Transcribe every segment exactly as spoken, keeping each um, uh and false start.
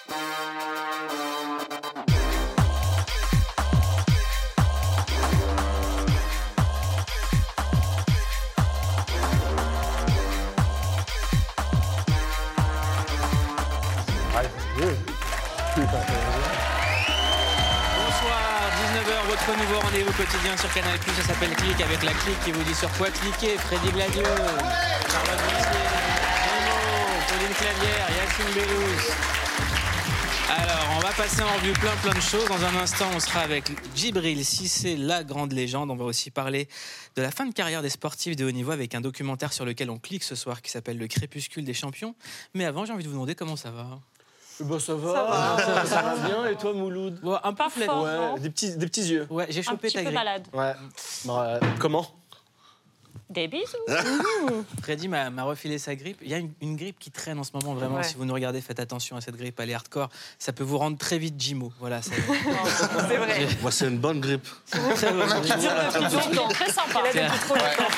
Votre nouveau rendez-vous quotidien sur Canal plus, ça s'appelle Click avec la clique qui vous dit sur quoi cliquer. Freddy Gladieux, Charlotte Brissier, Momo, Pauline Clavière, Yacine Bellouz. Alors, on va passer en revue plein plein de choses. Dans un instant, on sera avec Djibril Cissé, la grande légende. On va aussi parler de la fin de carrière des sportifs de haut niveau avec un documentaire sur lequel on clique ce soir qui s'appelle Le Crépuscule des champions. Mais avant, j'ai envie de vous demander comment ça va. Bah ça va, ça va, ça, ça va bien. Et toi, Mouloud? Ouais, un peu fort, ouais, des petits, des petits yeux. Ouais, j'ai chopé ta grippe. Un petit peu malade. Ouais. Bah, euh, comment? Des bisous. Freddy m'a, m'a refilé sa grippe. Il y a une, une grippe qui traîne en ce moment, vraiment. Ouais. Si vous nous regardez, faites attention à cette grippe, elle est hardcore. Ça peut vous rendre très vite Jimo. Voilà, c'est... c'est vrai. Moi, c'est une bonne grippe. Très bonne grippe. Qui dure depuis longtemps. Très sympa. Elle a depuis trop longtemps.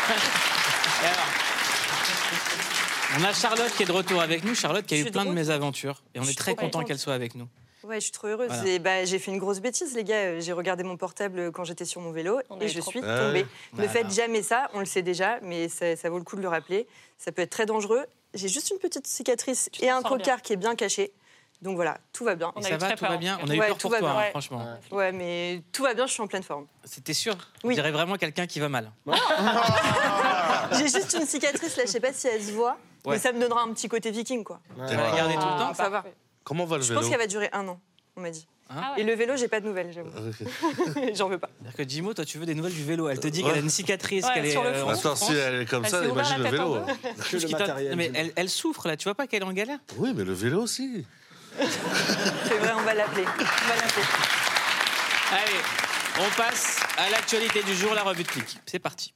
On a Charlotte qui est de retour avec nous. Charlotte qui a eu plein de mésaventures. Et on est très content qu'elle soit avec nous. Ouais, je suis trop heureuse. Voilà. Et bah, j'ai fait une grosse bêtise, les gars. J'ai regardé mon portable quand j'étais sur mon vélo on et je trop... suis ah tombée. oui. Ne faites jamais ça, on le sait déjà, mais ça, ça vaut le coup de le rappeler. Ça peut être très dangereux. J'ai juste une petite cicatrice et un cocard bien. Qui est bien caché. Donc voilà, tout va bien. On a ça eu va, très tout peur. Va bien. On a eu ouais, peur pour toi, hein, ouais. franchement. Ouais. ouais, mais tout va bien, je suis en pleine forme. C'était sûr. Oui. On dirait vraiment quelqu'un qui va mal. J'ai juste une cicatrice là, je sais pas si elle se voit, ouais. mais ça me donnera un petit côté viking, quoi. Ouais. Tu vas la garder tout le temps. Ça va. Comment va le je vélo? Je pense qu'elle va durer un an, on m'a dit. Hein et le vélo, j'ai pas de nouvelles, j'avoue. Okay. J'en veux pas. C'est-à-dire que Jimo, toi, tu veux des nouvelles du vélo. Elle te dit ouais. qu'elle a une cicatrice, ouais, qu'elle est. Sur le euh, Attends, si elle est comme elle ça, imagine le vélo. Que le matériel. Mais elle, elle souffre là. Tu vois pas qu'elle est en galère? Oui, mais le vélo aussi. C'est vrai, on va l'appeler. On va l'appeler. Allez, on passe à l'actualité du jour, la revue de Click. C'est parti.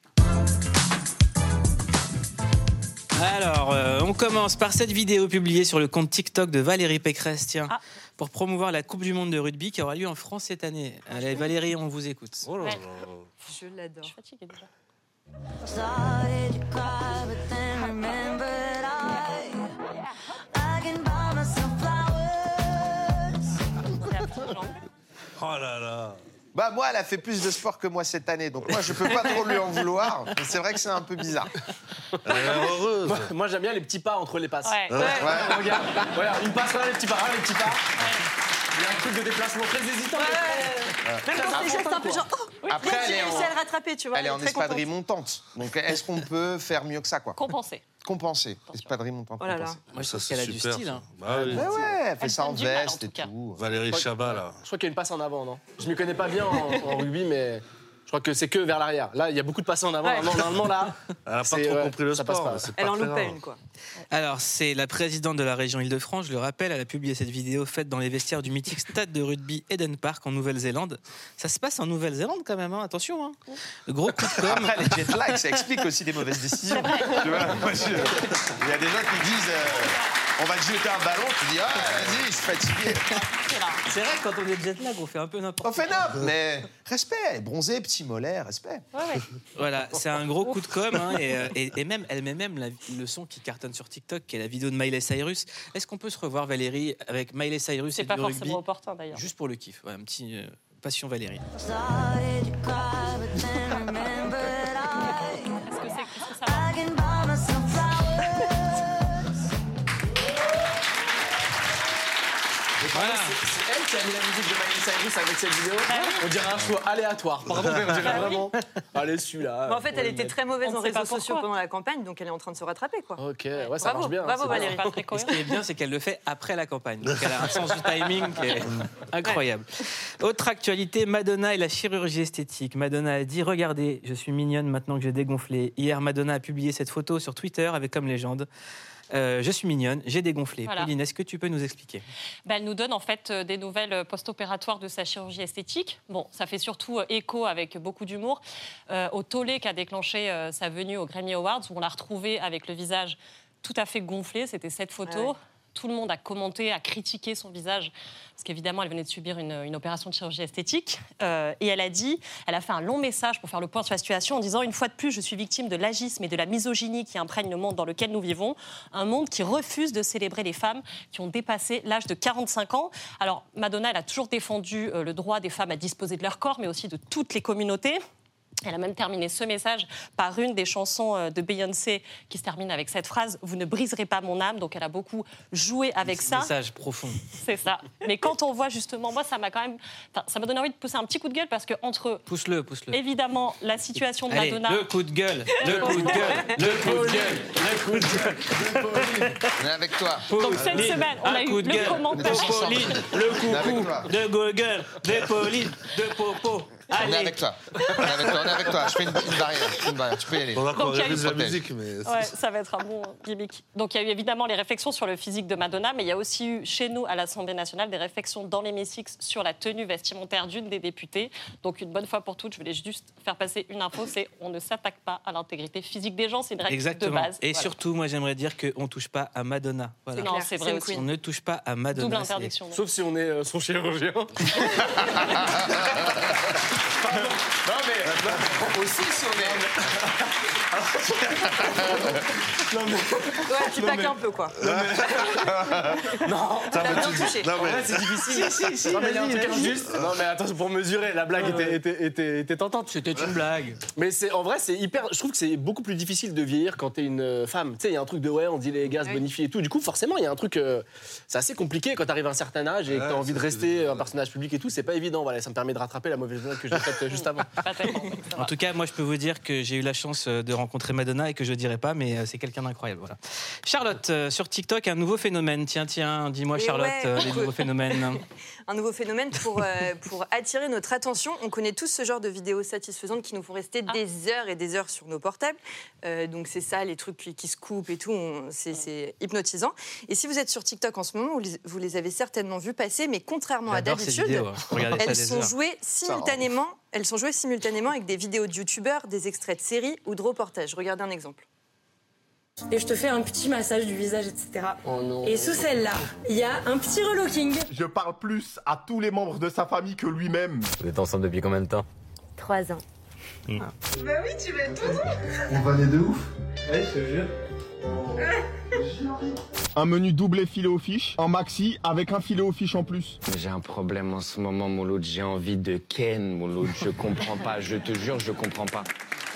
Alors, euh, on commence par cette vidéo publiée sur le compte TikTok de Valérie Pécresse, tiens, ah. pour promouvoir la Coupe du Monde de rugby qui aura lieu en France cette année. Allez, Valérie, on vous écoute. Oh là là. Je l'adore. Je suis fatiguée déjà. Oh là là. Bah moi, elle a fait plus de sport que moi cette année, donc moi je peux pas trop lui en vouloir. Mais c'est vrai que c'est un peu bizarre. Elle est heureuse. Moi, moi j'aime bien les petits pas entre les passes. Ouais. Ouais. Ouais. Regarde, voilà, une passe là, les petits pas là, les petits pas. Ouais. Il y a un truc de déplacement très hésitant. Ouais. Même quand c'est juste un peu genre, oh, oui, après, elle j'ai est réussi en... à le rattraper, tu vois. Elle est en espadrille montante. Donc est-ce qu'on peut faire mieux que ça, quoi? Compenser. Compenser. Espadrille montante. Oh là là. Moi, je ça, trouve qu'elle a du super, style. Hein. Bah oui. Bah ouais, elle fait elle ça en veste mal, en et tout tout. Valérie Chabat, là. Je crois qu'il y a une passe en avant, non? Je m'y connais pas bien en, en rugby, mais je crois que c'est que vers l'arrière. Là, il y a beaucoup de passes en avant. Ouais. Normalement, là, Elle a pas trop ouais, compris le ça sport. passe pas. C'est Elle pas en loupe très pas grave. une, quoi. Alors, c'est la présidente de la région Île-de-France, je le rappelle, elle a publié cette vidéo faite dans les vestiaires du mythique stade de rugby Eden Park en Nouvelle-Zélande. Ça se passe en Nouvelle-Zélande quand même, hein, attention. Hein. Le gros coup de com'. Après, les jet lags, ça explique aussi des mauvaises décisions. Tu vois, moi, je... Il y a des gens qui disent euh, on va te jeter un ballon, tu dis ah vas-y, je suis fatigué. C'est vrai que quand on est jet lag, on fait un peu n'importe On fait n'importe, mais respect, bronzé, petit mollet, respect. Ouais, ouais. Voilà, c'est un gros coup de com', hein, et, et, et même, elle met même la, le son qui cartonne sur TikTok, qui est la vidéo de Miley Cyrus. Est-ce qu'on peut se revoir, Valérie, avec Miley Cyrus C'est et pas du rugby? forcément opportun d'ailleurs. Juste pour le kiff, ouais, un petit euh, passion Valérie. Est-ce que, c'est, est-ce que ça va? Voilà. c'est, c'est elle qui a mis la musique de Miley Cyrus avec cette vidéo. On dirait un choix aléatoire. Pardon, mais on dirait vraiment. Allez, celui-là. Mais en fait, elle était très mauvaise On en ne sait pas réseaux sociaux pourquoi. pendant la campagne, donc elle est en train de se rattraper, quoi. Ok, ouais, ça Bravo, marche bien. bravo, c'est Valérie. Pas très Et ce cohérent. qui est bien, c'est qu'elle le fait après la campagne. Donc elle a un sens du timing qui est incroyable. Autre actualité, Madonna et la chirurgie esthétique. Madonna a dit « Regardez, je suis mignonne maintenant que j'ai dégonflé ». Hier, Madonna a publié cette photo sur Twitter avec comme légende euh, « Je suis mignonne, j'ai dégonflé voilà. ». Pauline, est-ce que tu peux nous expliquer? Ben, elle nous donne en fait euh, des nouvelles post-opératoires de sa chirurgie esthétique. Bon, ça fait surtout euh, écho avec beaucoup d'humour euh, au tollé qu'a déclenché euh, sa venue aux Grammy Awards, où on l'a retrouvée avec le visage tout à fait gonflé. C'était cette photo. Ouais. tout le monde a commenté, a critiqué son visage, parce qu'évidemment, elle venait de subir une, une opération de chirurgie esthétique. Euh, et elle a dit, elle a fait un long message pour faire le point sur la situation en disant « Une fois de plus, je suis victime de l'agisme et de la misogynie qui imprègne le monde dans lequel nous vivons, un monde qui refuse de célébrer les femmes qui ont dépassé l'âge de quarante-cinq ans. » Alors, Madonna, elle a toujours défendu euh, le droit des femmes à disposer de leur corps, mais aussi de toutes les communautés. Elle a même terminé ce message par une des chansons de Beyoncé qui se termine avec cette phrase « Vous ne briserez pas mon âme ». Donc elle a beaucoup joué avec ça. Un message profond. C'est ça. Mais quand on voit justement, moi ça m'a quand même, enfin, ça m'a donné envie de pousser un petit coup de gueule parce que entre pousse-le, pousse-le. Évidemment la situation de Allez, Madonna. Le coup de gueule, le coup de gueule, le coup de gueule, le coup de gueule. On est avec toi. Donc cette semaine, on a eu le commentaire. De Pauline, le coucou, de Google, de Pauline, de Popo. On est avec toi. On est avec toi. On est avec toi. Je fais une, une barrière. Je fais une barrière. Tu peux y aller. On va qu'on Donc, il y a révise eu- la musique, mais... Ouais, ça va être un bon gimmick. Donc il y a eu évidemment les réflexions sur le physique de Madonna, mais il y a aussi eu chez nous à l'Assemblée nationale des réflexions dans l'hémicycle sur la tenue vestimentaire d'une des députées. Donc une bonne fois pour toutes, je voulais juste faire passer une info, c'est on ne s'attaque pas à l'intégrité physique des gens, c'est une règle Exactement. de base. Et Voilà. surtout, moi, j'aimerais dire qu'on ne touche pas à Madonna. Voilà. Non, c'est vrai une aussi. On ne touche pas à Madonna. Double c'est- interdiction. Sauf si on est euh, son chirurgien. Non, mais non, aussi si on est. Ouais, tu paques un peu, quoi. Non, T'as bien touché. Non, en vrai, mais... c'est difficile. si, si, si, non, mais il y a un truc injuste. Non, mais attends, pour mesurer, la blague était, était, était, était tentante. C'était une blague. Mais c'est, en vrai, c'est hyper. Je trouve que c'est beaucoup plus difficile de vieillir quand t'es une euh, femme. Tu sais, il y a un truc de ouais, on dit les gaz Oui. bonifient et tout. Du coup, forcément, il y a un truc. euh, c'est assez compliqué quand t'arrives à un certain âge et que Ouais, t'as envie de ça, rester c'est- un personnage public et tout. C'est pas évident. Voilà, ça me permet de rattraper la mauvaise blague que j'ai faite juste avant. Pas tellement. Ça En va. tout cas, moi, je peux vous dire que j'ai eu la chance euh, de rencontrer Madonna et que je ne dirai pas, mais euh, c'est quelqu'un d'incroyable. Voilà. Charlotte, euh, sur TikTok, un nouveau phénomène. Tiens, tiens, dis-moi, Et Charlotte, ouais. euh, les nouveaux phénomènes. Un nouveau phénomène pour, euh, pour attirer notre attention. On connaît tous ce genre de vidéos satisfaisantes qui nous font rester Ah. des heures et des heures sur nos portables. Euh, donc c'est ça, les trucs qui, qui se coupent et tout, on- c'est c'est hypnotisant. Et si vous êtes sur TikTok en ce moment, vous les, vous les avez certainement vus passer, mais contrairement à J'adore ces d'habitude, vidéos. hein. Regardez ça elles des sont heures. jouées simultanément. Elles sont jouées simultanément avec des vidéos de youtubeurs, des extraits de séries ou de reportages. Regardez un exemple. Et je te fais un petit massage du visage, et cetera. Oh non. Et sous celle-là, il y a un petit relooking. Je parle plus à tous les membres de sa famille que lui-même. Vous êtes ensemble depuis combien de temps? Trois ans. On va aller de ouf. Un menu doublé filet aux fiches, en maxi avec un filet aux fiches en plus. J'ai un problème en ce moment, Mouloud. J'ai envie de Ken, Mouloud. Je comprends pas. Je te jure, je comprends pas.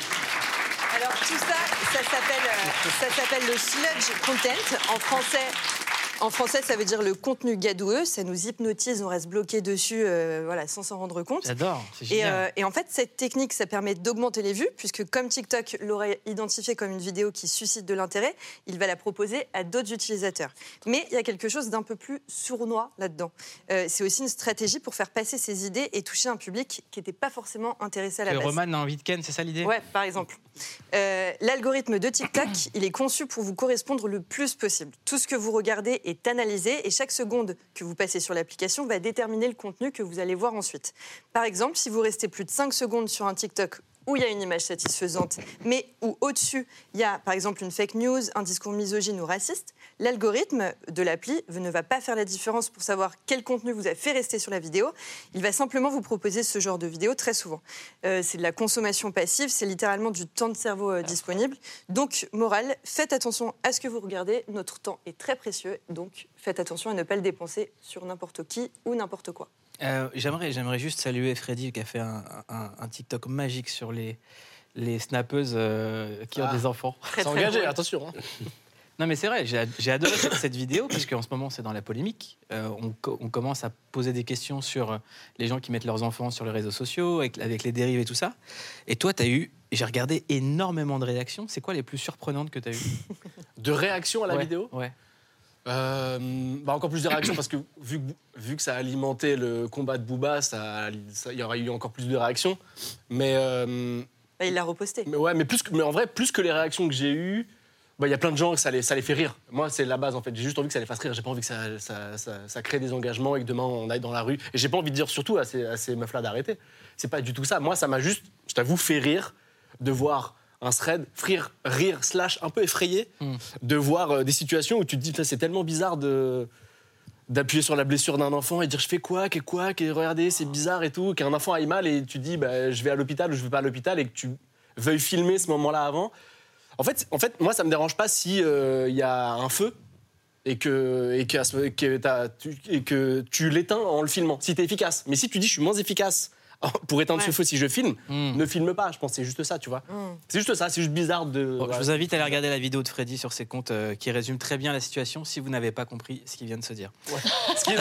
Alors tout ça, ça s'appelle, euh, ça s'appelle le sludge content. En français, en français, ça veut dire le contenu gadoueux. Ça nous hypnotise, on reste bloqué dessus, euh, voilà, sans s'en rendre compte. J'adore, c'est Et, génial. euh, et en fait, cette technique, ça permet d'augmenter les vues, puisque comme TikTok l'aurait identifié comme une vidéo qui suscite de l'intérêt, il va la proposer à d'autres utilisateurs. Mais il y a quelque chose d'un peu plus sournois là-dedans. Euh, c'est aussi une stratégie pour faire passer ses idées et toucher un public qui n'était pas forcément intéressé à la Que base. Roman a envie de Ken, c'est ça l'idée? Ouais, par exemple. Euh, L'algorithme de TikTok, il est conçu pour vous correspondre le plus possible. Tout ce que vous regardez est analysé et chaque seconde que vous passez sur l'application va déterminer le contenu que vous allez voir ensuite. Par exemple, si vous restez plus de cinq secondes sur un TikTok où il y a une image satisfaisante, mais où au-dessus, il y a par exemple une fake news, un discours misogyne ou raciste, l'algorithme de l'appli ne va pas faire la différence pour savoir quel contenu vous a fait rester sur la vidéo. Il va simplement vous proposer ce genre de vidéo très souvent. Euh, c'est de la consommation passive, c'est littéralement du temps de cerveau euh, disponible. Donc, morale, faites attention à ce que vous regardez. Notre temps est très précieux, donc faites attention à ne pas le dépenser sur n'importe qui ou n'importe quoi. Euh, j'aimerais, j'aimerais juste saluer Freddy qui a fait un, un- un TikTok magique sur les, les snappeuses euh, qui ont Ah. des enfants. Très, C'est très engagé, drôle. attention. hein. Non mais c'est vrai, j'ai, j'ai adoré cette, cette vidéo parce qu'en ce moment c'est dans la polémique. Euh, on, co- on commence à poser des questions sur euh, les gens qui mettent leurs enfants sur les réseaux sociaux, avec, avec les dérives et tout ça. Et toi, tu as eu, j'ai regardé énormément de réactions. C'est quoi les plus surprenantes que tu as eues? De réaction à la Ouais, vidéo Ouais. Euh, bah encore plus de réactions parce que vu, que vu que ça a alimenté le combat de Booba, ça, ça- il y aurait eu encore plus de réactions. Mais, euh, Bah, il l'a reposté. mais ouais, mais, plus que, mais en vrai, plus que les réactions que j'ai eues, bah, il y a plein de gens que ça les, ça les fait rire. Moi, c'est la base en fait. J'ai juste envie que ça les fasse rire. J'ai pas envie que ça, ça, ça, ça crée des engagements et que demain on aille dans la rue. Et j'ai pas envie de dire surtout à ces, à ces meufs-là d'arrêter. C'est pas du tout ça. Moi, ça m'a juste, je t'avoue, fait rire de voir un thread, rire, rire slash un peu effrayé mm. de voir euh, des situations où tu te dis, c'est tellement bizarre de, d'appuyer sur la blessure d'un enfant et dire je fais quoi, qu'est quoi, qu'est, regardez, c'est bizarre et tout, qu'un enfant aille mal et tu te dis bah, je vais à l'hôpital ou je vais pas à l'hôpital et que tu veuilles filmer ce moment-là avant. En fait, en fait moi, ça me dérange pas si il euh, y a un feu et que, et, que, que t'as, tu, et que tu l'éteins en le filmant, si t'es efficace. Mais si tu dis je suis moins efficace pour éteindre ouais. ce feu si je filme, mm. ne filme pas, je pense que c'est juste ça, tu vois. Mm. C'est juste ça, c'est juste bizarre de... Bon, voilà. Je vous invite à aller regarder la vidéo de Freddy sur ses comptes euh, qui résume très bien la situation si vous n'avez pas compris ce qu'il vient de se dire. Ouais. Ce qui est... Donc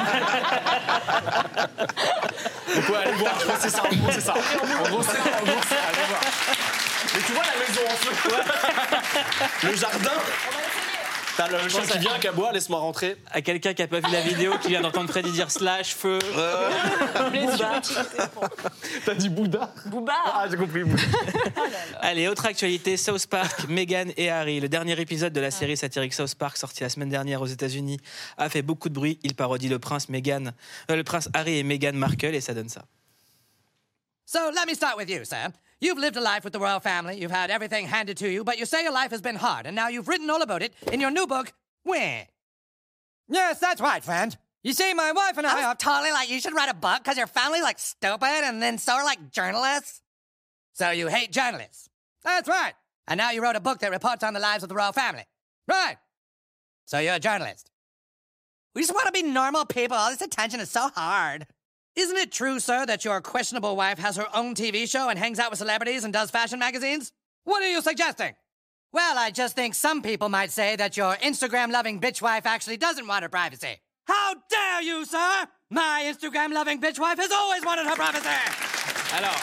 ouais, allez voir, je pense que c'est ça, en gros c'est ça. En gros c'est, en gros, c'est allez voir. Mais tu vois la maison en feu, ouais. Le jardin... T'as le chien qui vient, qui aboie, laisse-moi rentrer. À quelqu'un qui n'a pas vu la vidéo, qui vient d'entendre Freddy dire slash, feu. Euh... Bouddha. T'as dit Bouddha Bouddha. Ah, j'ai compris. Bouddha. Allez, autre actualité, South Park, Meghan et Harry. Le dernier épisode de la série satirique South Park, sorti la semaine dernière aux États-Unis, a fait beaucoup de bruit. Il parodie le prince, Meghan, euh, le prince Harry et Meghan Markle, et ça donne ça. So, let me start with you, Sam. You've lived a life with the royal family, you've had everything handed to you, but you say your life has been hard, and now you've written all about it in your new book, Wah. Yes, that's right, friend. You see, my wife and I... I was totally like, you should write a book because your family's like stupid, and then so are like journalists. So you hate journalists. That's right. And now you wrote a book that reports on the lives of the royal family. Right. So you're a journalist. We just want to be normal people. All this attention is so hard. Isn't it true, sir, that your questionable wife has her own T V show and hangs out with celebrities and does fashion magazines? What are you suggesting? Well, I just think some people might say that your Instagram-loving bitch wife actually doesn't want her privacy. How dare you, sir? My Instagram-loving bitch wife has always wanted her privacy. Alors,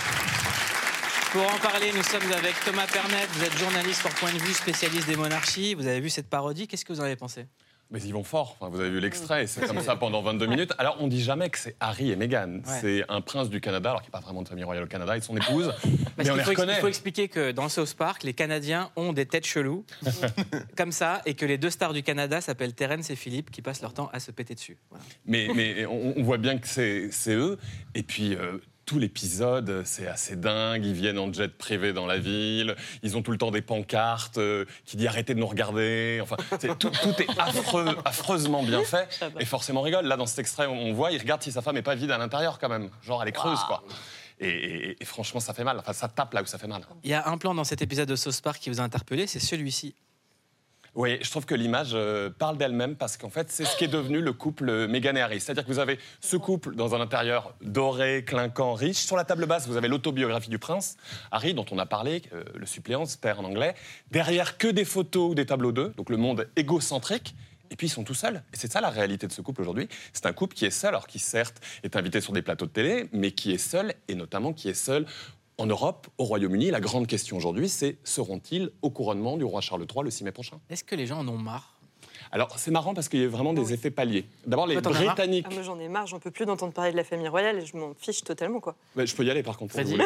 pour en parler, nous sommes avec Thomas Pernet. Vous êtes journaliste pour Point de Vue, spécialiste des monarchies. Vous avez vu cette parodie. Qu'est-ce que vous en avez pensé ? Mais ils vont fort, enfin, vous avez vu l'extrait, c'est comme ça pendant vingt-deux minutes. Alors on dit jamais que c'est Harry et Meghan, ouais. C'est un prince du Canada, alors qu'il n'y a pas vraiment de famille royale au Canada, et son épouse, mais on les reconnaît. Il faut expliquer que dans South Park, les Canadiens ont des têtes cheloues, comme ça, et que les deux stars du Canada s'appellent Terence et Philippe, qui passent leur temps à se péter dessus. Voilà. Mais, mais on, on voit bien que c'est, c'est eux, et puis... Euh, tout l'épisode, c'est assez dingue. Ils viennent en jet privé dans la ville. Ils ont tout le temps des pancartes euh, qui disent arrêtez de nous regarder. Enfin, c'est, tout, tout est affreux, affreusement bien fait. Et forcément, on rigole. Là, dans cet extrait, on voit, il regarde si sa femme n'est pas vide à l'intérieur quand même. Genre, elle est creuse, wow. quoi. Et, et, et franchement, ça fait mal. Enfin, ça tape là où ça fait mal. Il y a un plan dans cet épisode de South Park qui vous a interpellé, c'est celui-ci. Oui, je trouve que l'image euh, parle d'elle-même parce qu'en fait, c'est ce qui est devenu le couple Meghan et Harry. C'est-à-dire que vous avez ce couple dans un intérieur doré, clinquant, riche. Sur la table basse, vous avez l'autobiographie du prince, Harry, dont on a parlé, euh, le suppléant, ce père en anglais. Derrière, que des photos ou des tableaux d'eux, donc le monde égocentrique. Et puis, ils sont tout seuls. Et c'est ça la réalité de ce couple aujourd'hui. C'est un couple qui est seul, alors qui, certes, est invité sur des plateaux de télé, mais qui est seul, et notamment qui est seul... En Europe, au Royaume-Uni, la grande question aujourd'hui, c'est seront-ils au couronnement du roi Charles trois le six mai prochain ? Est-ce que les gens en ont marre ? Alors, c'est marrant parce qu'il y a vraiment des effets paliers. D'abord, les Britanniques... Ah, moi, j'en ai marre, j'en peux plus d'entendre parler de la famille royale et je m'en fiche totalement, quoi. Mais je peux y aller, par contre. Vas-y. Vous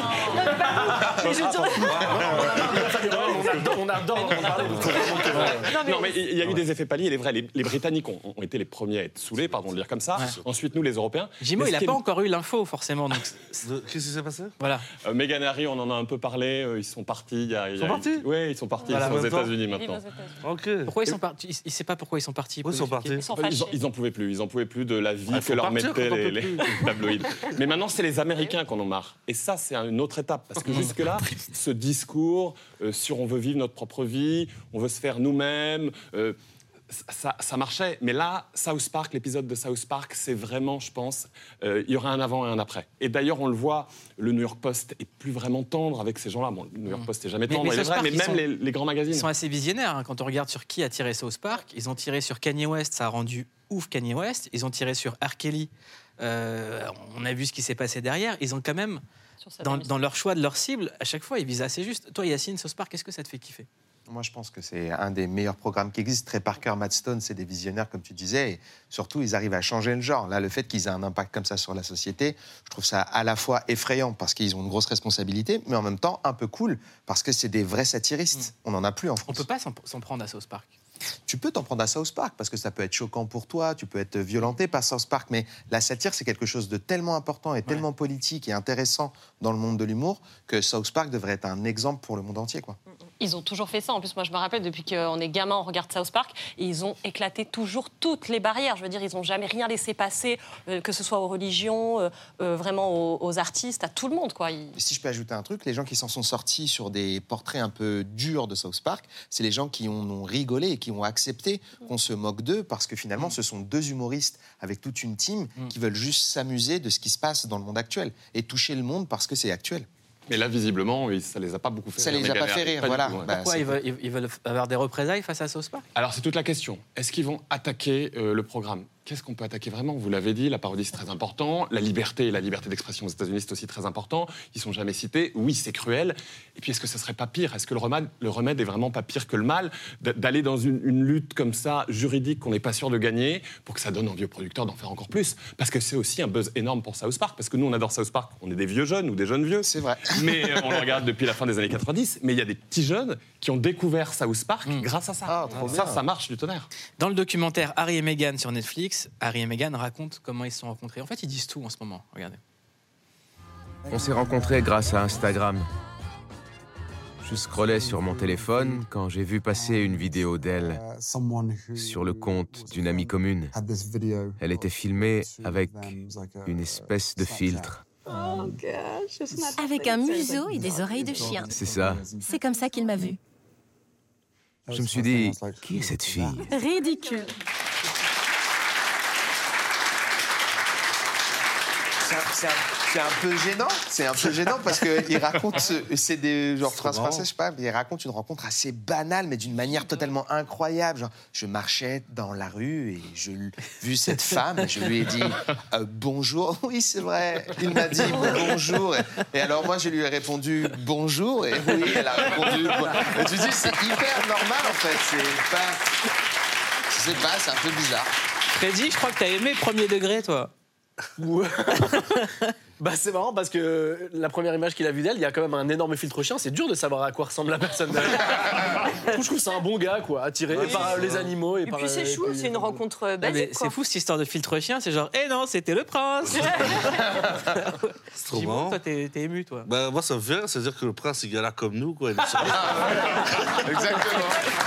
on adore en parler. Non, mais il y a eu des effets paliers, il est vrai. Les, les Britanniques ont, ont été les premiers à être saoulés, pardon de le dire comme ça. Ouais. Ensuite, nous, les Européens. Jimo, il n'a pas encore eu l'info, forcément. Donc... Qu'est-ce qui s'est passé ? Voilà. Euh, Meghan et Harry, on en a un peu parlé. Euh, ils sont partis. Il y a, il y a... Ils sont partis ? Oui, ils sont partis. Voilà, ils sont aux États-Unis maintenant. Ok. Pourquoi ils sont partis ? Il ne sait pas pourquoi ils sont partis. Où ils sont partis ? Ils sont Ils, en, ils en pouvaient plus, ils en pouvaient plus de la vie ah, que leur partir, mettaient les, les tabloïds. Mais maintenant, c'est les Américains qu'on en marre. Et ça, c'est une autre étape. Parce que jusque-là, ce discours euh, sur on veut vivre notre propre vie, on veut se faire nous-mêmes, euh, ça, ça marchait. Mais là, South Park, l'épisode de South Park, c'est vraiment, je pense, euh, il y aura un avant et un après. Et d'ailleurs, on le voit, le New York Post est plus vraiment tendre avec ces gens-là. Bon, le New York Post n'est jamais tendre, mais, mais, vrai, mais même sont, les, les grands magazines. Ils sont assez visionnaires. Hein. Quand on regarde sur qui a tiré South Park, ils ont tiré sur Kanye West, ça a rendu ouf Kanye West. Ils ont tiré sur R. Kelly. Euh, on a vu ce qui s'est passé derrière. Ils ont quand même, dans, dans leur choix de leur cible, à chaque fois, ils visent assez juste. Toi, Yacine, South Park, qu'est-ce que ça te fait kiffer ? Moi, je pense que c'est un des meilleurs programmes qui existent. Trey Parker, Matt Stone, c'est des visionnaires, comme tu disais. Et surtout, ils arrivent à changer le genre. Là, le fait qu'ils aient un impact comme ça sur la société, je trouve ça à la fois effrayant parce qu'ils ont une grosse responsabilité, mais en même temps un peu cool parce que c'est des vrais satiristes. Mmh. On n'en a plus en France. On ne peut pas s'en, s'en prendre à South Park. Tu peux t'en prendre à South Park, parce que ça peut être choquant pour toi, tu peux être violenté par South Park, mais la satire, c'est quelque chose de tellement important et tellement ouais. politique et intéressant dans le monde de l'humour que South Park devrait être un exemple pour le monde entier, quoi. Ils ont toujours fait ça. En plus, moi, je me rappelle, depuis qu'on est gamin, on regarde South Park, et ils ont éclaté toujours toutes les barrières. Je veux dire, ils n'ont jamais rien laissé passer, euh, que ce soit aux religions, euh, euh, vraiment aux, aux artistes, à tout le monde, quoi. Ils... Si je peux ajouter un truc, les gens qui s'en sont sortis sur des portraits un peu durs de South Park, c'est les gens qui ont, ont rigolé et qui ont accepté qu'on se moque d'eux, parce que finalement, ce sont deux humoristes avec toute une team qui veulent juste s'amuser de ce qui se passe dans le monde actuel et toucher le monde parce que c'est actuel. Mais là, visiblement, oui, ça les a pas beaucoup fait ça rire. Ça les a pas fait rire, pas voilà. Tout, ouais. bah, Pourquoi ils veulent, ils veulent avoir des représailles face à South Park? Alors, c'est toute la question. Est-ce qu'ils vont attaquer euh, le programme? Qu'est-ce qu'on peut attaquer vraiment? Vous l'avez dit, la parodie, c'est très important. La liberté et la liberté d'expression aux États-Unis, c'est aussi très important. Ils sont jamais cités. Oui, c'est cruel. Et puis, est-ce que ça serait pas pire? Est-ce que le remède, le remède est vraiment pas pire que le mal? D'aller dans une, une lutte comme ça, juridique, qu'on n'est pas sûr de gagner, pour que ça donne envie aux producteurs d'en faire encore plus. Parce que c'est aussi un buzz énorme pour South Park. Parce que nous, on adore South Park. On est des vieux jeunes ou des jeunes vieux. C'est vrai. Mais on le regarde depuis la fin des années quatre-vingt-dix. Mais il y a des petits jeunes qui ont découvert South Park mmh. grâce à ça. Ah, trop ça, bien. Ça marche du tonnerre. Dans le documentaire Harry et Meghan sur Netflix, Harry et Meghan racontent comment ils se sont rencontrés. En fait, ils disent tout en ce moment. Regardez. On s'est rencontrés grâce à Instagram. Je scrollais sur mon téléphone quand j'ai vu passer une vidéo d'elle sur le compte d'une amie commune. Elle était filmée avec une espèce de filtre. Avec un museau et des oreilles de chien. C'est ça. C'est comme ça qu'il m'a vue. Je me suis dit, qui est cette fille? Ridicule. C'est un, c'est un peu gênant, c'est un peu gênant parce qu'il raconte, c'est des genre phrases françaises, je sais pas, il raconte une rencontre assez banale mais d'une manière totalement incroyable. Genre, je marchais dans la rue et j'ai vu cette femme, et je lui ai dit euh, bonjour. Oui, c'est vrai. Il m'a dit bonjour et, et alors moi je lui ai répondu bonjour et oui, elle a répondu. Et tu dis c'est hyper normal en fait, c'est pas, je sais pas, c'est un peu bizarre. Freddy, je crois que t'as aimé Premier Degré, toi. Ouais. Bah c'est marrant parce que la première image qu'il a vue d'elle, il y a quand même un énorme filtre chien. C'est dur de savoir à quoi ressemble la personne derrière. Je trouve que c'est un bon gars, quoi, attiré oui, par euh, les animaux et, et par. puis c'est chou, c'est une rencontre basique. C'est fou cette histoire de filtre chien. C'est genre, eh non, c'était le prince. C'est trop marrant. Toi, t'es, t'es ému, toi. Bah moi ça me fait, c'est-à-dire que le prince il galère comme nous, quoi. Exactement.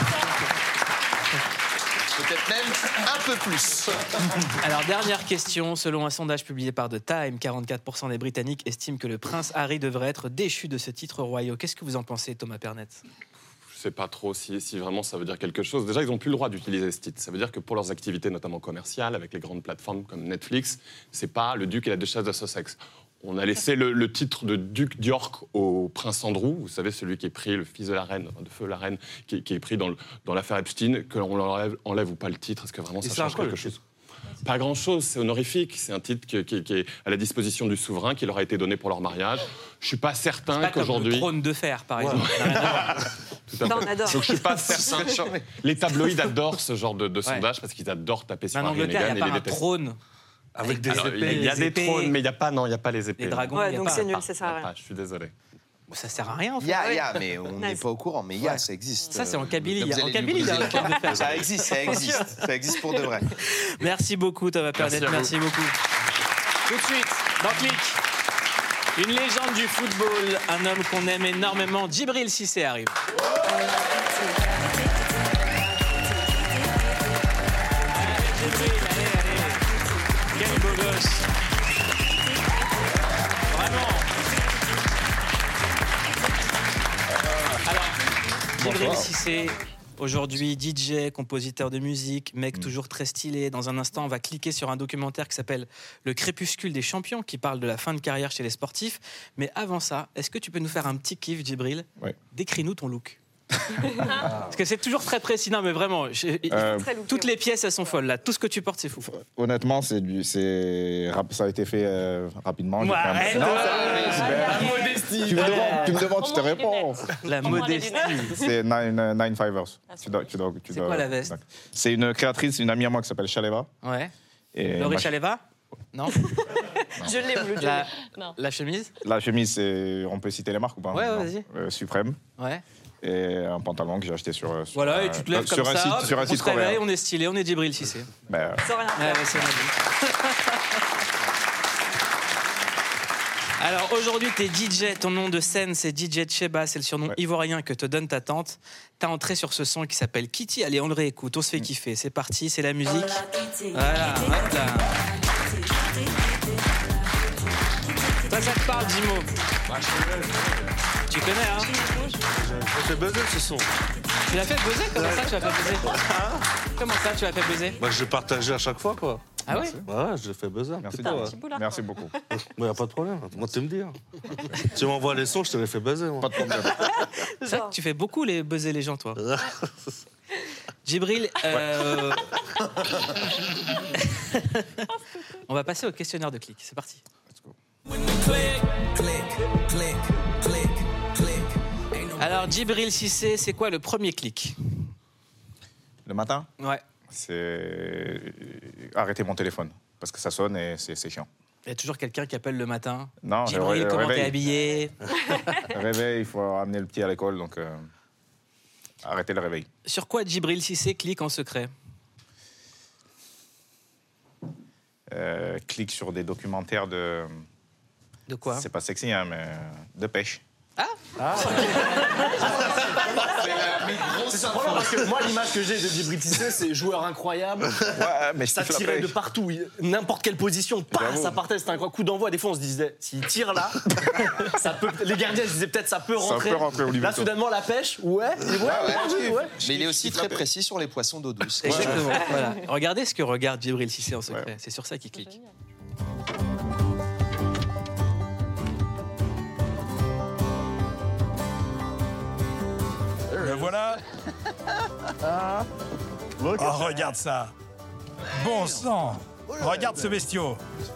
Peut-être même un peu plus. Alors, dernière question. Selon un sondage publié par The Time, quarante-quatre pour cent des Britanniques estiment que le prince Harry devrait être déchu de ce titre royal. Qu'est-ce que vous en pensez, Thomas Pernet? Je sais pas trop si, si vraiment ça veut dire quelque chose. Déjà, ils n'ont plus le droit d'utiliser ce titre. Ça veut dire que pour leurs activités, notamment commerciales, avec les grandes plateformes comme Netflix, c'est pas le duc et la duchesse de Sussex. On a laissé le, le titre de duc d'York au prince Andrew, vous savez, celui qui est pris, le fils de la reine, de feu la reine, qui, qui est pris dans, le, dans l'affaire Epstein, que l'on enlève, enlève ou pas le titre, est-ce que vraiment ça change quelque chose? Pas grand-chose, c'est honorifique, c'est un titre qui, qui, qui est à la disposition du souverain, qui leur a été donné pour leur mariage. Je suis pas certain c'est pas qu'aujourd'hui... Comme le trône de fer, par exemple. Ouais. Tout à non, on adore. Donc je suis pas certain. Les tabloïds adorent ce genre de, de ouais. sondage parce qu'ils adorent taper sur Harry et Meghan. Il n'y a pas un trône. Avec des Alors, épées. Il y a des épées. Trônes, mais il n'y a pas, non, il y a pas les épées. Les dragons. Ouais, donc pas, c'est nul, pas, ça sert à rien. Pas, je suis désolé. Ça sert à rien. En fait. Il y a, il y a, mais on n'est nice. Pas au courant. Mais il y a, ouais. ça existe. Ça c'est en Kabylie. En Kabylie, il y a un trône de fer. Ça existe, ça existe, ça existe pour de vrai. Merci beaucoup, Thomas Pernet. Merci, Merci beaucoup. Tout de suite, dans Click, une légende du football, un homme qu'on aime énormément, Djibril Cissé arrive. Quel beau gosse. Vraiment. Alors, Djibril Cissé, aujourd'hui D J, compositeur de musique, mec mmh. toujours très stylé. Dans un instant, on va cliquer sur un documentaire qui s'appelle Le crépuscule des champions, qui parle de la fin de carrière chez les sportifs. Mais avant ça, est-ce que tu peux nous faire un petit kiff, Djibril? Ouais. Décris-nous ton look. Parce que c'est toujours très précis. Non, mais vraiment, je, euh, toutes les pièces, elles sont folles. Là. Tout ce que tu portes, c'est fou. Honnêtement, c'est du, c'est, ça a été fait euh, rapidement. Ouais, arrête, non, la modestie. Tu me demandes, tu me demandes, je te réponds. La modestie. C'est Nine, nine Fivers. Tu dois, tu dois, tu c'est dois, quoi la veste? C'est une créatrice, une amie à moi qui s'appelle Chaleva. Ouais. Et Laurie bah, Chaleva? Non. Je l'ai voulu. La, la chemise? La chemise, c'est, on peut citer les marques ou pas? Ouais, ouais, vas-y. Euh, Suprême. Ouais. et un pantalon que j'ai acheté sur, sur Voilà, un, et tu te lèves sur comme un ça, site, sur un on site se réveille, coréen. on est stylé, on est Djibril Cissé. Ben, Sans rien Ouais, ouais, c'est ma vie. Alors aujourd'hui, t'es D J, ton nom de scène c'est D J Cheba, c'est le surnom Ouais. ivoirien que te donne ta tante. T'as entré sur ce son qui s'appelle Kitty. Allez, on le réécoute, on se fait kiffer. C'est parti, c'est la musique. Voilà, hop là. Toi, ça te parle, Jimo? Tu connais, hein? Je fais buzzer ce son. Tu l'as fait buzzer? Comment ça, tu l'as fait buzzer? Comment ça, tu l'as fait buzzer? Moi, je partage à chaque fois, quoi. Ah oui? Ouais, je fais buzzer. Merci, Putain, beaucoup. ouais. petit bout, là. Merci beaucoup. Il n'y a pas de problème. Moi, tu me dis. hein. Tu m'envoies les sons, je te les fais buzzer. Moi. Pas de problème. C'est vrai que tu fais beaucoup les buzzer les gens, toi. Djibril, euh... on va passer au questionnaire de clic. C'est parti. Alors, Djibril Cissé, c'est quoi le premier clic? Le matin, Ouais. c'est arrêter mon téléphone parce que ça sonne et c'est c'est chiant. Il y a toujours quelqu'un qui appelle le matin. Non, Djibril, le comment réveil. t'es habillé? Réveil, il faut amener le petit à l'école, donc euh, arrêtez le réveil. Sur quoi Djibril Cissé clique en secret? Euh, clique sur des documentaires de. De quoi? C'est pas sexy, hein, mais de pêche. C'est ça, problème, parce que moi, l'image que j'ai de Djibril Cissé, c'est joueur incroyable. Ouais, mais je Ça kiffe la tirait de pêche. partout, il- n'importe quelle position, paf, J'avoue. ça partait, c'était un coup d'envoi. Des fois, on se disait, s'il tire là, ça peut, les gardiens se disaient peut-être ça peut Ça rentrer. peut rentrer, Olivier Là, Tom. soudainement, la pêche, ouais, ouais, ouais, ouais, ouais. Mais il est aussi très précis sur les poissons d'eau douce. Exactement. Voilà. Regardez ce que regarde Djibril Cissé en secret. C'est sur ça qu'il clique. Le voilà. Oh, regarde ça. Bon sang. Regarde ce bestiau.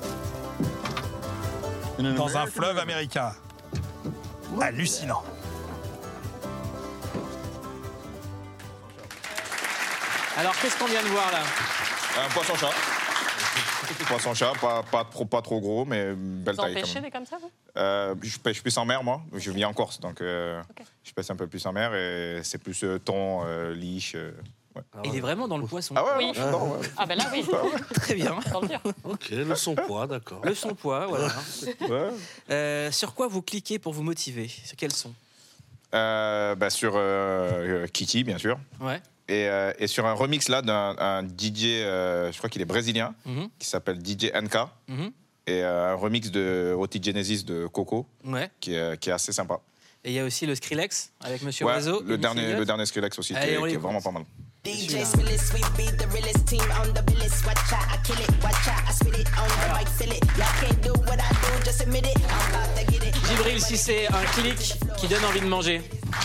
Dans un fleuve américain. Hallucinant. Alors, qu'est-ce qu'on vient de voir là? Un poisson-chat. Poisson-chat, pas, pas, trop, pas trop gros, mais belle Vous en taille quand pêchez même. des comme ça, vous? Euh, je pêche plus en mer, moi. Je vis en Corse, donc euh, je pêche un peu plus en mer et c'est plus euh, thon, euh, liche. euh, ouais. Il est vraiment dans le poisson. Ah ouais, Oui. ouais, je suis dedans, ouais. Ah ben là, oui. Très bien. Dans le dur. Ok, le son poids, d'accord. Le son poids, voilà. Ouais. Euh, sur quoi vous cliquez pour vous motiver? Sur quel son? Euh, bah, sur euh, Kitty, bien sûr. Ouais. Et, euh, et sur un remix là d'un un D J, euh, je crois qu'il est brésilien, Mhm. qui s'appelle D J N K. Mhm. Et euh, un remix de O T Genesis de Coco, Ouais. qui est, qui est assez sympa. Et il y a aussi le Skrillex avec Monsieur Ouais, Oiseau. le, et dernier, Missy Elliott. le dernier Skrillex aussi, qui Allez, est, on qui est l'écoute. vraiment pas mal. D J Swillis, we be the realest team on the realest. Watch out, I kill it. Watch out, I spit it on the mic, sell it. Y'all can't do what I do, just admit it. I'm about to get it. Djibril Cissé, un clic qui donne envie de manger.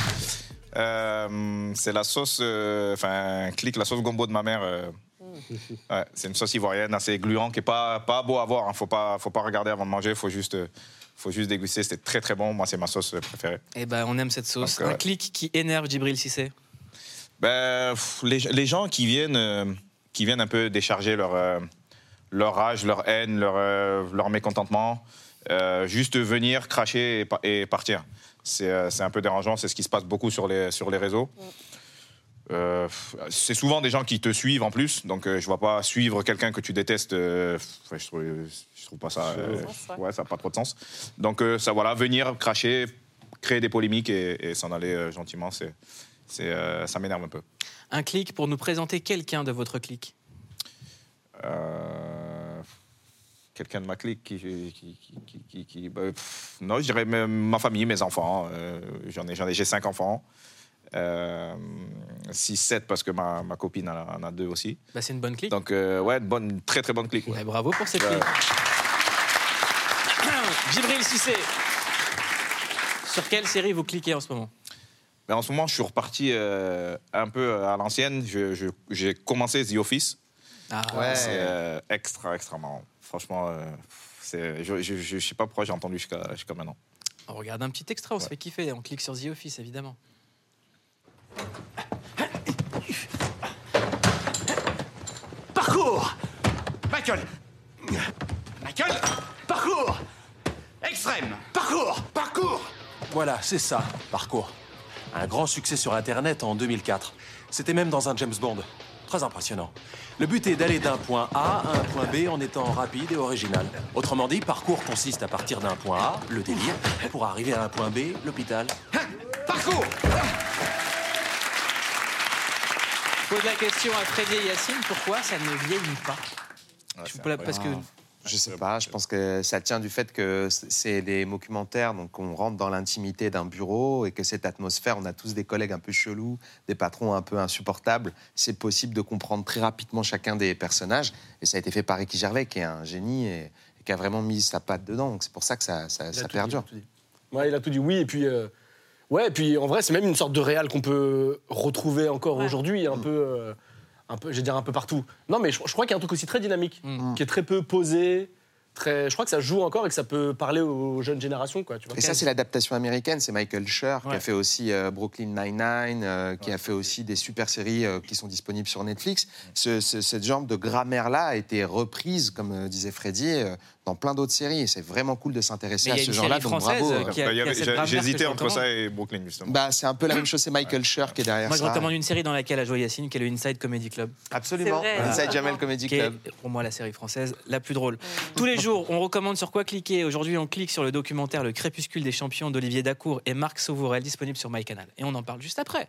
Euh, c'est la sauce, euh, enfin, clique la sauce gombo de ma mère. euh. Ouais, c'est une sauce ivoirienne assez gluante qui est pas, pas beau à voir. Hein. Faut pas, faut pas regarder avant de manger. Faut juste, euh, faut juste déguster. C'était très très bon. Moi, c'est ma sauce préférée. Eh ben, on aime cette sauce. Donc, Un ouais. clic qui énerve Djibril Cissé. Ben, pff, les, les gens qui viennent, euh, qui viennent un peu décharger leur, euh, leur rage, leur haine, leur, euh, leur mécontentement, euh, juste venir cracher et, pa- et partir. C'est euh, c'est un peu dérangeant. C'est ce qui se passe beaucoup sur les, sur les réseaux. Euh, c'est souvent des gens qui te suivent en plus, donc euh, je vois pas suivre quelqu'un que tu détestes. euh, enfin, je, trouve, je trouve pas ça. euh, ouais, ça n'a pas trop de sens. Donc euh, ça, voilà, venir cracher, créer des polémiques et, et s'en aller euh, gentiment, c'est, c'est, euh, ça m'énerve un peu. Un clic pour nous présenter quelqu'un de votre clic. Euh, quelqu'un de ma clique qui, qui, qui, qui, qui- qui- bah, pff, non, je dirais même ma famille, mes enfants. euh, j'en ai, j'en ai, j'ai cinq enfants. Euh, six, sept parce que ma, ma copine en a, en a deux aussi. Bah, c'est une bonne clique. Donc, euh, ouais, une bonne, une très très bonne clique. Ouais. Ouais, bravo pour cette Ouais. clique. Djibril Cissé, sur quelle série vous cliquez en ce moment? Mais en ce moment, je suis reparti euh, un peu à l'ancienne. Je- je- j'ai commencé The Office. Ah, Ouais. C'est euh, extra, extra marrant. Franchement, euh, c'est, je, je, je, je sais pas pourquoi j'ai entendu jusqu'à, jusqu'à maintenant. On regarde un petit extrait, on se fait kiffer. On clique sur The Office, évidemment. Parcours Michael Michael Parcours Extrême Parcours Parcours Voilà, c'est ça, parcours. Un grand succès sur Internet en deux mille quatre. C'était même dans un James Bond. Très impressionnant. Le but est d'aller d'un point A à un point B en étant rapide et original. Autrement dit, parcours consiste à partir d'un point A, le délire, pour arriver à un point B, l'hôpital. Parcours! Je pose la question à Freddy et Yacine, pourquoi ça ne vieillit pas? Je peux la- parce que Je sais pas, je pense que ça tient du fait que c'est des documentaires, donc on rentre dans l'intimité d'un bureau et que cette atmosphère, on a tous des collègues un peu chelous, des patrons un peu insupportables. C'est possible de comprendre très rapidement chacun des personnages. Et ça a été fait par Ricky Gervais, qui est un génie et, et qui a vraiment mis sa patte dedans. Donc c'est pour ça que ça, ça, ça perdure. Dit, ouais, il a tout dit, oui. Et puis, euh, ouais, et puis en vrai, c'est même une sorte de réal qu'on peut retrouver encore ouais. aujourd'hui, un mmh. peu. Euh, Un peu, je vais dire un peu partout. Non, mais je, je crois qu'il y a un truc aussi très dynamique, mmh. qui est très peu posé. Très, je crois que ça joue encore et que ça peut parler aux jeunes générations. Quoi, tu vois. Et ça, c'est l'adaptation américaine. C'est Michael Schur ouais. qui a fait aussi euh, Brooklyn Nine-Nine, euh, qui ouais. a fait aussi des super séries euh, qui sont disponibles sur Netflix. Ce, ce, cette genre de grammaire-là a été reprise, comme euh, disait Freddy, euh, dans plein d'autres séries. Et c'est vraiment cool de s'intéresser à ce genre-là. Donc bravo. Qui a, qui a J'hésitais entre ça et Brooklyn, justement. Bah, c'est un peu la même chose. C'est Michael Schur ouais. qui est derrière moi, ça. Moi, je recommande une série dans laquelle a joué Yacine, qui est le Inside Comedy Club. Absolument. Inside Jamel Comedy Club. Qui est, pour moi, la série française la plus drôle. Tous les jours, on recommande sur quoi cliquer. Aujourd'hui, on clique sur le documentaire Le Crépuscule des champions d'Olivier Dacour et Marc Sauvourel, disponible sur MyCanal. Et on en parle juste après.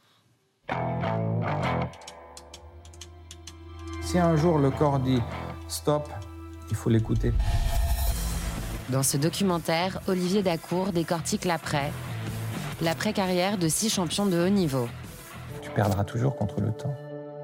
Si un jour le corps dit stop, il faut l'écouter. Dans ce documentaire, Olivier Dacour décortique l'après. L'après-carrière de six champions de haut niveau. Tu perdras toujours contre le temps.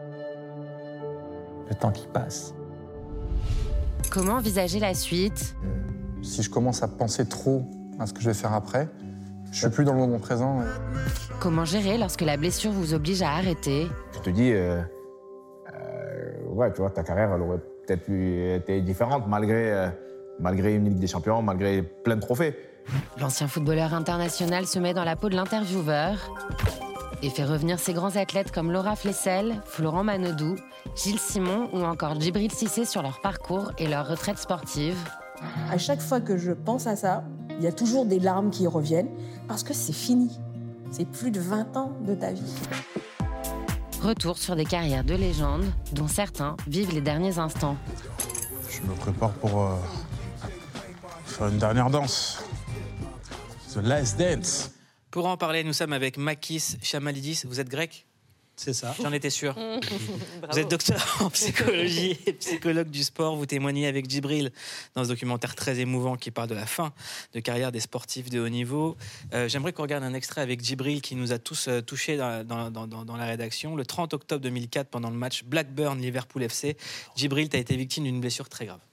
Le temps qui passe. Comment envisager la suite? Si je commence à penser trop à ce que je vais faire après, je suis plus dans le moment présent. Comment gérer lorsque la blessure vous oblige à arrêter? Je te dis, euh, euh, ouais, tu vois, ta carrière, elle aurait peut-être été différente malgré, euh, malgré une Ligue des Champions, malgré plein de trophées. L'ancien footballeur international se met dans la peau de l'intervieweur et fait revenir ses grands athlètes comme Laura Flessel, Florent Manodou, Gilles Simon ou encore Djibril Cissé sur leur parcours et leur retraite sportive. À chaque fois que je pense à ça, il y a toujours des larmes qui reviennent parce que c'est fini. C'est plus de vingt ans de ta vie. Retour sur des carrières de légende dont certains vivent les derniers instants. Je me prépare pour euh, faire une dernière danse. The Last Dance. Pour en parler, nous sommes avec Makis Chamalidis. Vous êtes grec? C'est ça. J'en étais sûr. Vous êtes docteur en psychologie et psychologue du sport. Vous témoignez avec Djibril dans ce documentaire très émouvant qui parle de la fin de carrière des sportifs de haut niveau. Euh, j'aimerais qu'on regarde un extrait avec Djibril qui nous a tous euh, touchés dans, dans, dans, dans la rédaction. Le trente octobre deux mille quatre, pendant le match Blackburn-Liverpool F C, Djibril, tu as été victime d'une blessure très grave.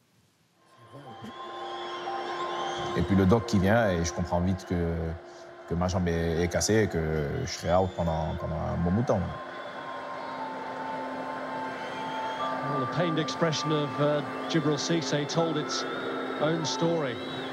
Et puis le doc qui vient et je comprends vite que... que ma jambe est, est cassée et que je serai out pendant, pendant un bon bout de temps. Well, the pained expression of uh, Djibril Cissé told its own story.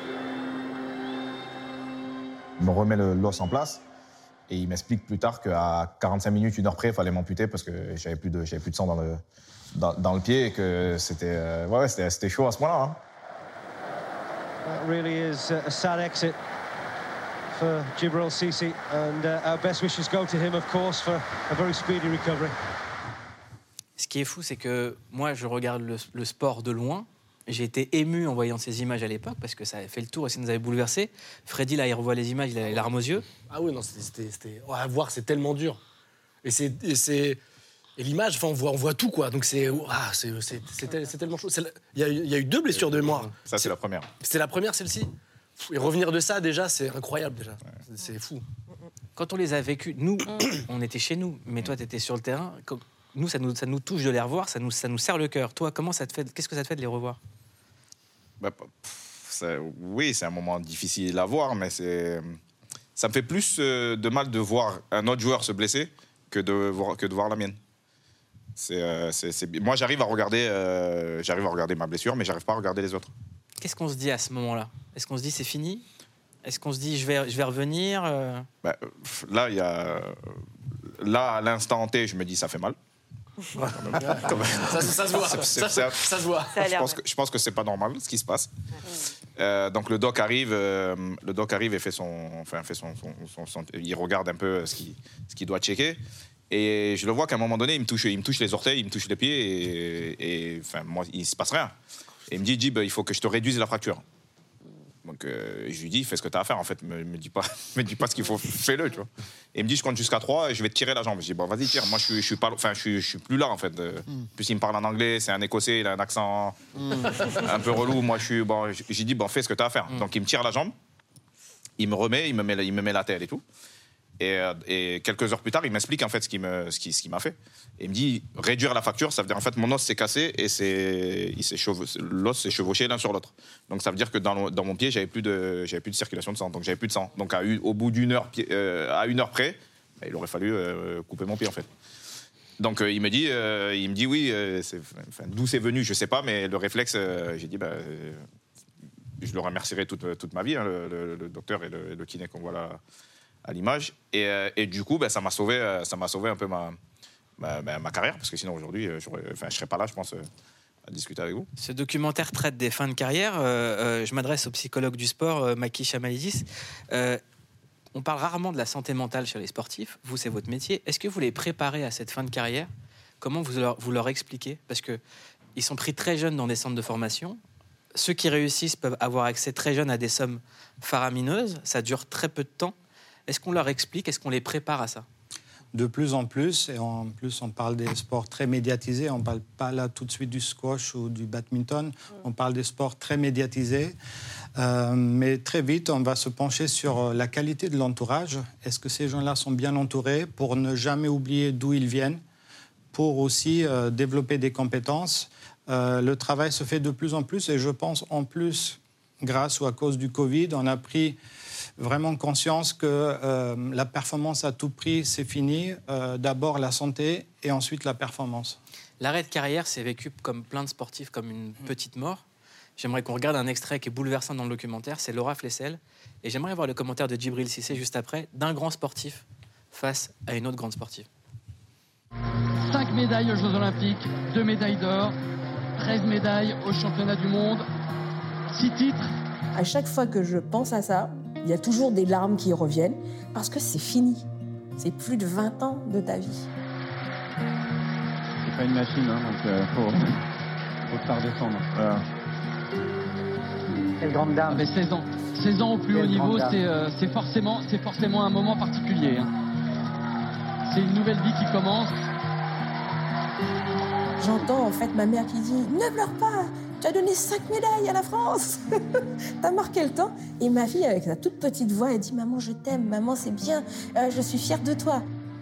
Il me remet le, l'os en place et il m'explique plus tard qu'à quarante-cinq minutes, une heure près, il fallait m'amputer parce que j'avais plus de, j'avais plus de sang dans le, dans, dans le pied et que c'était, euh, ouais, c'était, c'était chaud à ce moment-là. Hein. That really is a sad exit for Djibril Cissé, and uh, our best wishes go to him, of course, for a very speedy recovery. Ce qui est fou, c'est que moi, je regarde le, le sport de loin. J'ai été ému en voyant ces images à l'époque parce que ça avait fait le tour et ça nous avait bouleversé. Freddy, là, il revoit les images, il a les larmes aux yeux. Ah oui, non, c'était, c'était... Oh, à voir, c'est tellement dur. Et c'est, et c'est... Et l'image, enfin, on voit, on voit tout, quoi. Donc c'est, ah, c'est, c'est, c'est, c'est tellement chaud. C'est, il, y a, il y a eu deux blessures de mémoire. Ça, c'est, c'est la première. C'est la première, celle-ci. Et revenir de ça, déjà, c'est incroyable, déjà. Ouais. C'est, c'est fou. Quand on les a vécus, nous, on était chez nous, mais toi, tu étais sur le terrain. Nous, ça nous, ça nous touche de les revoir, ça nous, ça nous serre le cœur. Toi, comment ça te fait, qu'est-ce que ça te fait de les revoir? Bah, c'est, oui, c'est un moment difficile à voir, mais c'est, ça me fait plus de mal de voir un autre joueur se blesser que de voir, que de voir la mienne. C'est, euh, c'est, c'est... Moi, j'arrive à regarder, euh, j'arrive à regarder ma blessure, mais j'arrive pas à regarder les autres. Qu'est-ce qu'on se dit à ce moment-là? Est-ce qu'on se dit c'est fini? Est-ce qu'on se dit je vais, je vais revenir euh... bah, Là, il y a, là, à l'instant T, je me dis ça fait mal. Ça, ça se voit. C'est- c'est- Ça, c'est- ça se voit. Ça a Je l'air, pense ouais. que, je pense que c'est pas normal ce qui se passe. Euh, donc le doc arrive, euh, le doc arrive et fait son, enfin fait son, son- son- son- il regarde un peu ce qu'il ce qu'il doit checker. Et je le vois qu'à un moment donné, il me touche, il me touche les orteils, il me touche les pieds et, et enfin moi il se passe rien. Et il me dit, Jib, il faut que je te réduise la fracture. Donc euh, je lui dis, fais ce que tu as à faire en fait, me, me dis pas, me dis pas ce qu'il faut, fais-le, tu vois. Et il me dit, je compte jusqu'à trois et je vais te tirer la jambe. Je dis, bon vas-y tire, moi je suis, je suis pas, enfin je suis, je suis plus là en fait. Euh, Mm. Plus il me parle en anglais, c'est un Écossais, il a un accent Mm. un peu relou. Moi je suis, bon, j'ai dit, bon fais ce que tu as à faire. Mm. Donc il me tire la jambe, il me remet, il me met, il me met la telle et tout. Et, euh, et quelques heures plus tard, il m'explique en fait ce qu'il me, ce qui, ce qu'il m'a fait. Et il me dit, réduire la fracture, ça veut dire en fait mon os s'est cassé et c'est, il s'est chevau- l'os s'est chevauché l'un sur l'autre. Donc ça veut dire que dans, le- dans mon pied, j'avais plus de, j'avais plus de circulation de sang, donc j'avais plus de sang. Donc à, une- au bout d'une heure, pied- euh, à une heure près, bah, il aurait fallu euh, couper mon pied en fait. Donc euh, il me dit, euh, il me dit oui, euh, c'est, enfin, d'où c'est venu, je sais pas, mais le réflexe, euh, j'ai dit, bah, euh, je le remercierai toute, toute ma vie, hein, le, le- le docteur et le, le kiné qu'on voit là à l'image. Et, euh, et du coup, bah, ça m'a sauvé, euh, ça m'a sauvé un peu ma, ma, ma- ma carrière, parce que sinon aujourd'hui, euh, j'aurais- enfin, je serais pas là, je pense, euh, à discuter avec vous. Ce documentaire traite des fins de carrière. Euh, euh, je m'adresse au psychologue du sport, euh, Maki Chamalidis. Euh, on parle rarement de la santé mentale chez les sportifs. Vous, c'est votre métier. Est-ce que vous les préparez à cette fin de carrière? Comment vous leur, vous leur expliquez? Parce qu'ils sont pris très jeunes dans des centres de formation. Ceux qui réussissent peuvent avoir accès très jeunes à des sommes faramineuses. Ça dure très peu de temps. Est-ce qu'on leur explique? Est-ce qu'on les prépare à ça? De plus en plus, et en plus on parle des sports très médiatisés, on ne parle pas là tout de suite du squash ou du badminton, on parle des sports très médiatisés, Euh, mais très vite on va se pencher sur la qualité de l'entourage. Est-ce que ces gens-là sont bien entourés pour ne jamais oublier d'où ils viennent, pour aussi euh, développer des compétences. Euh, le travail se fait de plus en plus et je pense en plus, grâce ou à cause du Covid, on a pris vraiment conscience que euh, la performance à tout prix, c'est fini. Euh, d'abord la santé et ensuite la performance. L'arrêt de carrière, c'est vécu comme plein de sportifs, comme une petite mort. J'aimerais qu'on regarde un extrait qui est bouleversant dans le documentaire, c'est Laura Flessel. Et j'aimerais voir le commentaire de Djibril Cissé juste après, d'un grand sportif face à une autre grande sportive. cinq médailles aux Jeux Olympiques, deux médailles d'or, treize médailles aux Championnats du Monde, six titres. À chaque fois que je pense à ça, il y a toujours des larmes qui reviennent parce que c'est fini. C'est plus de vingt ans de ta vie. C'est pas une machine, hein, donc euh, faut, faut te faire descendre. Voilà. Quelle grande dame. Ah, mais seize ans. seize ans au plus Quelle haut niveau, grande dame. c'est euh, c'est forcément, c'est forcément un moment particulier. hein. C'est une nouvelle vie qui commence. J'entends en fait ma mère qui dit « Ne pleure pas, tu as donné cinq médailles à la France. T'as marqué le temps. » Et ma fille, avec sa toute petite voix, elle dit « Maman, je t'aime. Maman, c'est bien. Euh, je suis fière de toi. »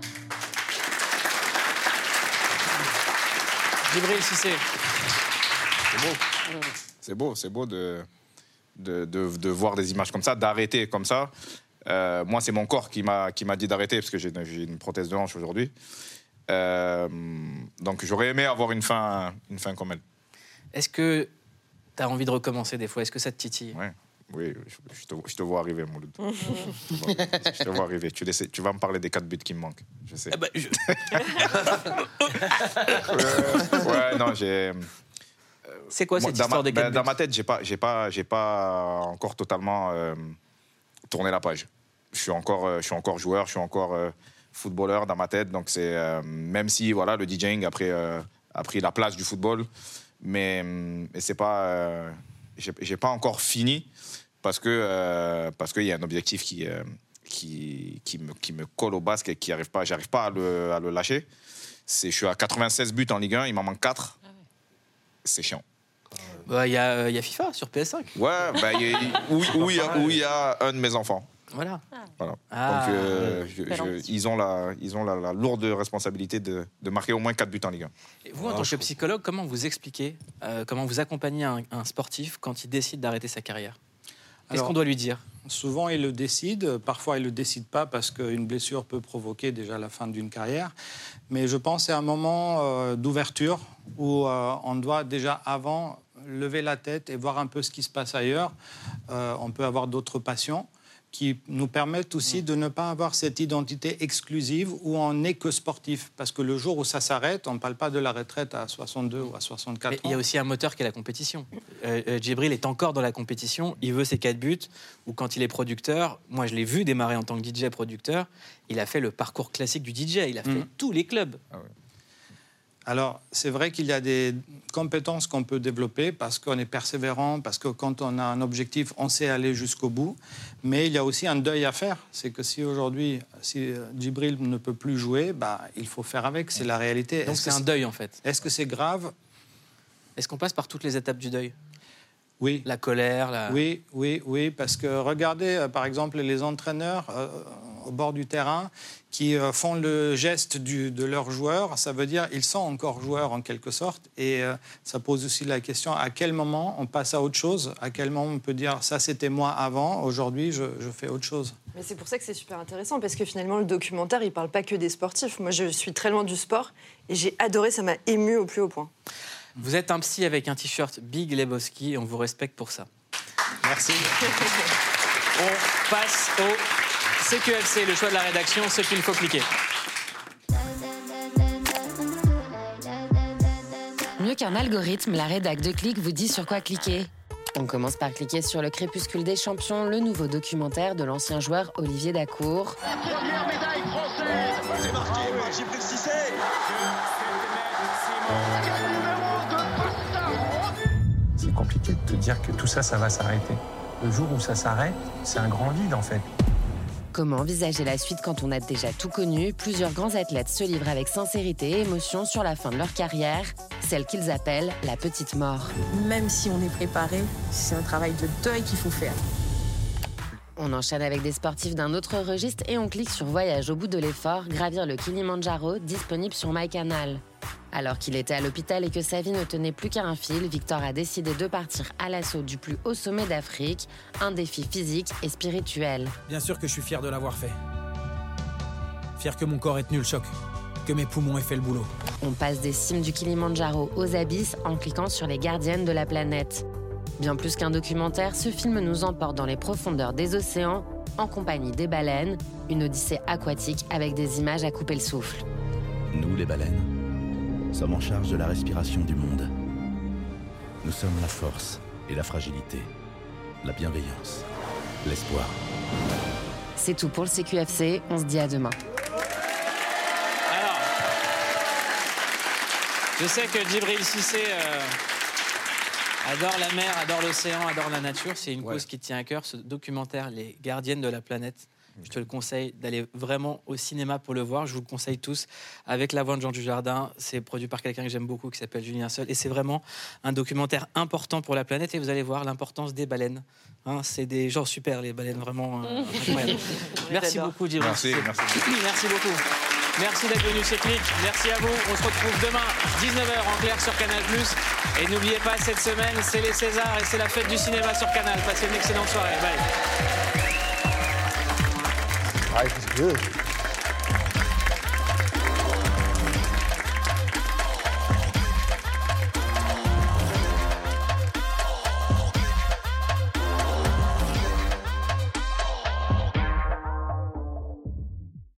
Djibril Cissé. C'est beau. C'est beau, c'est beau de, de, de, de voir des images comme ça, d'arrêter comme ça. Euh, moi, c'est mon corps qui m'a qui m'a dit d'arrêter parce que j'ai une, j'ai une prothèse de hanche aujourd'hui. Euh, donc, j'aurais aimé avoir une fin, une fin comme elle. Est-ce que tu as envie de recommencer des fois? Est-ce que ça te titille? Ouais. Oui, je, je, te, je te vois arriver, Mouloud. je, te vois, je te vois arriver. Tu, laisses, tu vas me parler des quatre buts qui me manquent, je sais. Eh ben, je... euh, ouais, non, j'ai... C'est quoi Moi, cette dans histoire ma, des quatre ben, buts? Dans ma tête, j'ai pas, j'ai pas, j'ai pas encore totalement euh, tourné la page. Je suis encore, euh, je suis encore joueur, je suis encore euh, footballeur dans ma tête. Donc c'est euh, même si voilà, le DJing a pris, euh, a pris la place du football, mais, mais c'est pas, euh, j'ai, j'ai pas encore fini parce que euh, parce qu'il y a un objectif qui euh, qui, qui me qui me colle au basque et qui arrive pas, j'arrive pas à le, à le lâcher. C'est, je suis à quatre-vingt-seize buts en Ligue un, il m'en manque quatre. C'est chiant. Il bah, y, euh, y a FIFA sur P S cinq. Ouais, bah, y a, où, où, y a, où il y a un de mes enfants. Voilà. voilà. Ah, Donc, euh, je, belle je, ambition. ils ont, la, ils ont la, la lourde responsabilité de, de marquer au moins quatre buts en Ligue un. Et vous, en tant que psychologue, comment vous expliquez, euh, comment vous accompagnez un, un sportif quand il décide d'arrêter sa carrière? Qu'est-ce Alors, qu'on doit lui dire? Souvent, il le décide. Parfois, il ne le décide pas parce qu'une blessure peut provoquer déjà la fin d'une carrière. Mais je pense que c'est un moment euh, d'ouverture où euh, on doit déjà avant lever la tête et voir un peu ce qui se passe ailleurs. Euh, on peut avoir d'autres passions. qui nous permettent aussi de ne pas avoir cette identité exclusive où on n'est que sportif. Parce que le jour où ça s'arrête, on ne parle pas de la retraite à soixante-deux ou à soixante-quatre Mais ans. il y a aussi un moteur qui est la compétition. Euh, euh, Djibril est encore dans la compétition, il veut ses quatre buts, ou quand il est producteur, moi je l'ai vu démarrer en tant que D J producteur, il a fait le parcours classique du D J, il a fait Mm. tous les clubs. Ah ouais. Alors, c'est vrai qu'il y a des compétences qu'on peut développer parce qu'on est persévérant, parce que quand on a un objectif, on sait aller jusqu'au bout. Mais il y a aussi un deuil à faire. C'est que si aujourd'hui, si Djibril ne peut plus jouer, bah, il faut faire avec, c'est la réalité. Donc Est-ce c'est que un deuil en fait. Est-ce que c'est grave? Est-ce qu'on passe par toutes les étapes du deuil? Oui. La colère, la... Oui, oui, oui, parce que regardez, euh, par exemple, les entraîneurs euh, au bord du terrain qui euh, font le geste du, de leurs joueurs, ça veut dire qu'ils sont encore joueurs en quelque sorte, et euh, ça pose aussi la question à quel moment on passe à autre chose, à quel moment on peut dire ça c'était moi avant, aujourd'hui je, je fais autre chose. Mais c'est pour ça que c'est super intéressant, parce que finalement, le documentaire, il ne parle pas que des sportifs. Moi, je suis très loin du sport, et j'ai adoré, ça m'a ému au plus haut point. Vous êtes un psy avec un t-shirt Big Lebowski et on vous respecte pour ça. Merci. On passe au C Q F C, le choix de la rédaction, ce qu'il faut cliquer. Mieux qu'un algorithme, la rédac de Click vous dit sur quoi cliquer. On commence par cliquer sur Le Crépuscule des Champions, le nouveau documentaire de l'ancien joueur Olivier Dacour. La première médaille française. C'est marqué par Djibril Cissé. C'est compliqué de te dire que tout ça, ça va s'arrêter. Le jour où ça s'arrête, c'est un grand vide en fait. Comment envisager la suite quand on a déjà tout connu? Plusieurs grands athlètes se livrent avec sincérité et émotion sur la fin de leur carrière, celle qu'ils appellent la petite mort. Même si on est préparé, c'est un travail de deuil qu'il faut faire. On enchaîne avec des sportifs d'un autre registre et on clique sur Voyage au bout de l'effort, gravir le Kilimandjaro, disponible sur MyCanal. Alors qu'il était à l'hôpital et que sa vie ne tenait plus qu'à un fil, Victor a décidé de partir à l'assaut du plus haut sommet d'Afrique, un défi physique et spirituel. Bien sûr que je suis fier de l'avoir fait. Fier que mon corps ait tenu le choc, que mes poumons aient fait le boulot. On passe des cimes du Kilimandjaro aux abysses en cliquant sur les gardiennes de la planète. Bien plus qu'un documentaire, ce film nous emporte dans les profondeurs des océans, en compagnie des baleines, une odyssée aquatique avec des images à couper le souffle. Nous, les baleines, sommes en charge de la respiration du monde. Nous sommes la force et la fragilité, la bienveillance, l'espoir. C'est tout pour le C Q F C, on se dit à demain. Alors, je sais que Djibril Cissé euh, adore la mer, adore l'océan, adore la nature. C'est une Ouais. cause qui te tient à cœur. Ce documentaire, Les Gardiennes de la planète, je te le conseille d'aller vraiment au cinéma pour le voir. Je vous le conseille tous. Avec la voix de Jean Dujardin, c'est produit par quelqu'un que j'aime beaucoup qui s'appelle Julien Seul. Et c'est vraiment un documentaire important pour la planète. Et vous allez voir l'importance des baleines. Hein, c'est des gens super, les baleines, vraiment euh, incroyables. Merci J'adore. beaucoup, Djibril. Merci, merci. Merci beaucoup. Merci d'être venu chez Click. Merci à vous. On se retrouve demain, dix-neuf heures en clair sur Canal plus. Et n'oubliez pas, cette semaine, c'est les Césars et c'est la fête du cinéma sur Canal. Passez une excellente soirée. Bye. Life is good.